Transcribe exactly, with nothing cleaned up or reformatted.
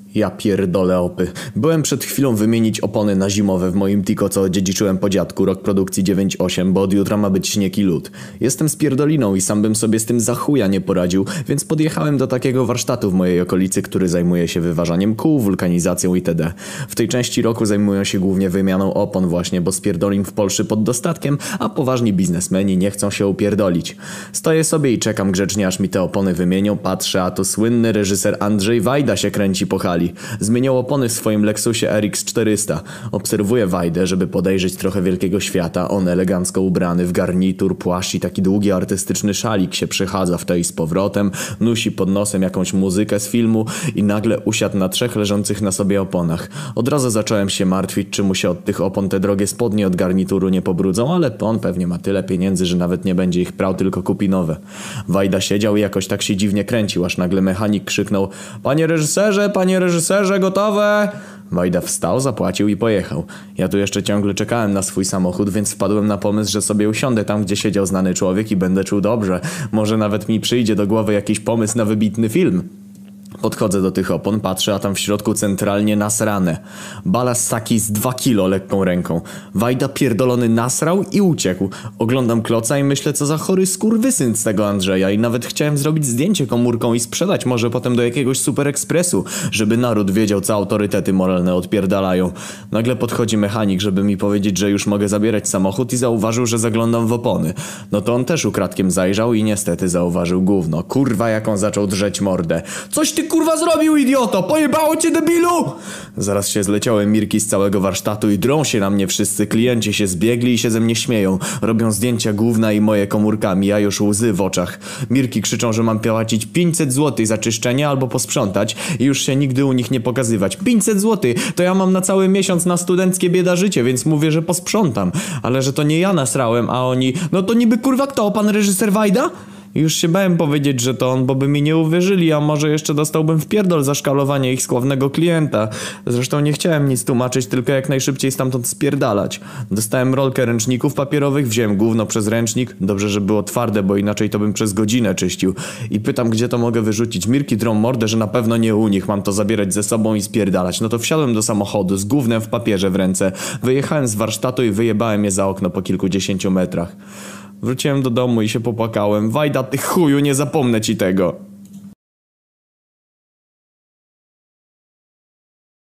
Ja pierdolę opy. Byłem przed chwilą wymienić opony na zimowe w moim Tico, co odziedziczyłem po dziadku, rok produkcji dziewięć osiem, bo od jutra ma być śnieg i lód. Jestem z pierdoliną i sam bym sobie z tym za chuja nie poradził, więc podjechałem do takiego warsztatu w mojej okolicy, który zajmuje się wyważaniem kół, wulkanizacją itd. W tej części roku zajmują się głównie wymianą opon właśnie, bo spierdolim w Polsce pod dostatkiem, a poważni biznesmeni nie chcą się upierdolić. Stoję sobie i czekam grzecznie, aż mi te opony wymienią, patrzę, a to słynny reżyser Andrzej Wajda się kręci po hali. Zmieniał opony w swoim Lexusie R X czterysta. Obserwuję Wajdę, żeby podejrzeć trochę wielkiego świata. On elegancko ubrany w garnitur, płaszcz i taki długi artystyczny szalik się przechadza w to i z powrotem, nusi pod nosem jakąś muzykę z filmu i nagle usiadł na trzech leżących na sobie oponach. Od razu zacząłem się martwić, czy mu się od tych opon te drogie spodnie od garnituru nie pobrudzą, ale on pewnie ma tyle pieniędzy, że nawet nie będzie ich prał, tylko kupi nowe. Wajda siedział i jakoś tak się dziwnie kręcił, aż nagle mechanik krzyknął: Panie reżyserze, panie reżyserze! Reżyserze, gotowe! Wajda wstał, zapłacił i pojechał. Ja tu jeszcze ciągle czekałem na swój samochód, więc wpadłem na pomysł, że sobie usiądę tam, gdzie siedział znany człowiek i będę czuł dobrze. Może nawet mi przyjdzie do głowy jakiś pomysł na wybitny film. Podchodzę do tych opon, patrzę, a tam w środku centralnie nasrane. Balast taki z dwa kilo lekką ręką. Wajda pierdolony nasrał i uciekł. Oglądam kloca i myślę, co za chory skurwysyn z tego Andrzeja, i nawet chciałem zrobić zdjęcie komórką i sprzedać może potem do jakiegoś Super Expressu, żeby naród wiedział, co autorytety moralne odpierdalają. Nagle podchodzi mechanik, żeby mi powiedzieć, że już mogę zabierać samochód, i zauważył, że zaglądam w opony. No to on też ukradkiem zajrzał i niestety zauważył gówno. Kurwa, jak on zaczął drzeć mordę. Coś ty kurwa zrobił, idioto! Pojebało cię, debilu! Zaraz się zleciały mirki z całego warsztatu i drą się na mnie wszyscy. Klienci się zbiegli i się ze mnie śmieją. Robią zdjęcia gówna i moje komórkami, ja już łzy w oczach. Mirki krzyczą, że mam płacić pięćset złotych za czyszczenie albo posprzątać i już się nigdy u nich nie pokazywać. pięćset złotych! To ja mam na cały miesiąc na studenckie bieda życie, więc mówię, że posprzątam. Ale że to nie ja nasrałem, a oni... No to niby kurwa kto? Pan reżyser Wajda? Już się bałem powiedzieć, że to on, bo by mi nie uwierzyli, a może jeszcze dostałbym w pierdol za szkalowanie ich sławnego klienta. Zresztą nie chciałem nic tłumaczyć, tylko jak najszybciej stamtąd spierdalać. Dostałem rolkę ręczników papierowych, wziąłem gówno przez ręcznik. Dobrze, że było twarde, bo inaczej to bym przez godzinę czyścił. I pytam, gdzie to mogę wyrzucić. Mirki drą mordę, że na pewno nie u nich, mam to zabierać ze sobą i spierdalać. No to wsiadłem do samochodu z gównem w papierze w ręce. Wyjechałem z warsztatu i wyjebałem je za okno po kilkudziesięciu metrach. Wróciłem do domu i się popłakałem. Wajda, ty chuju, nie zapomnę ci tego.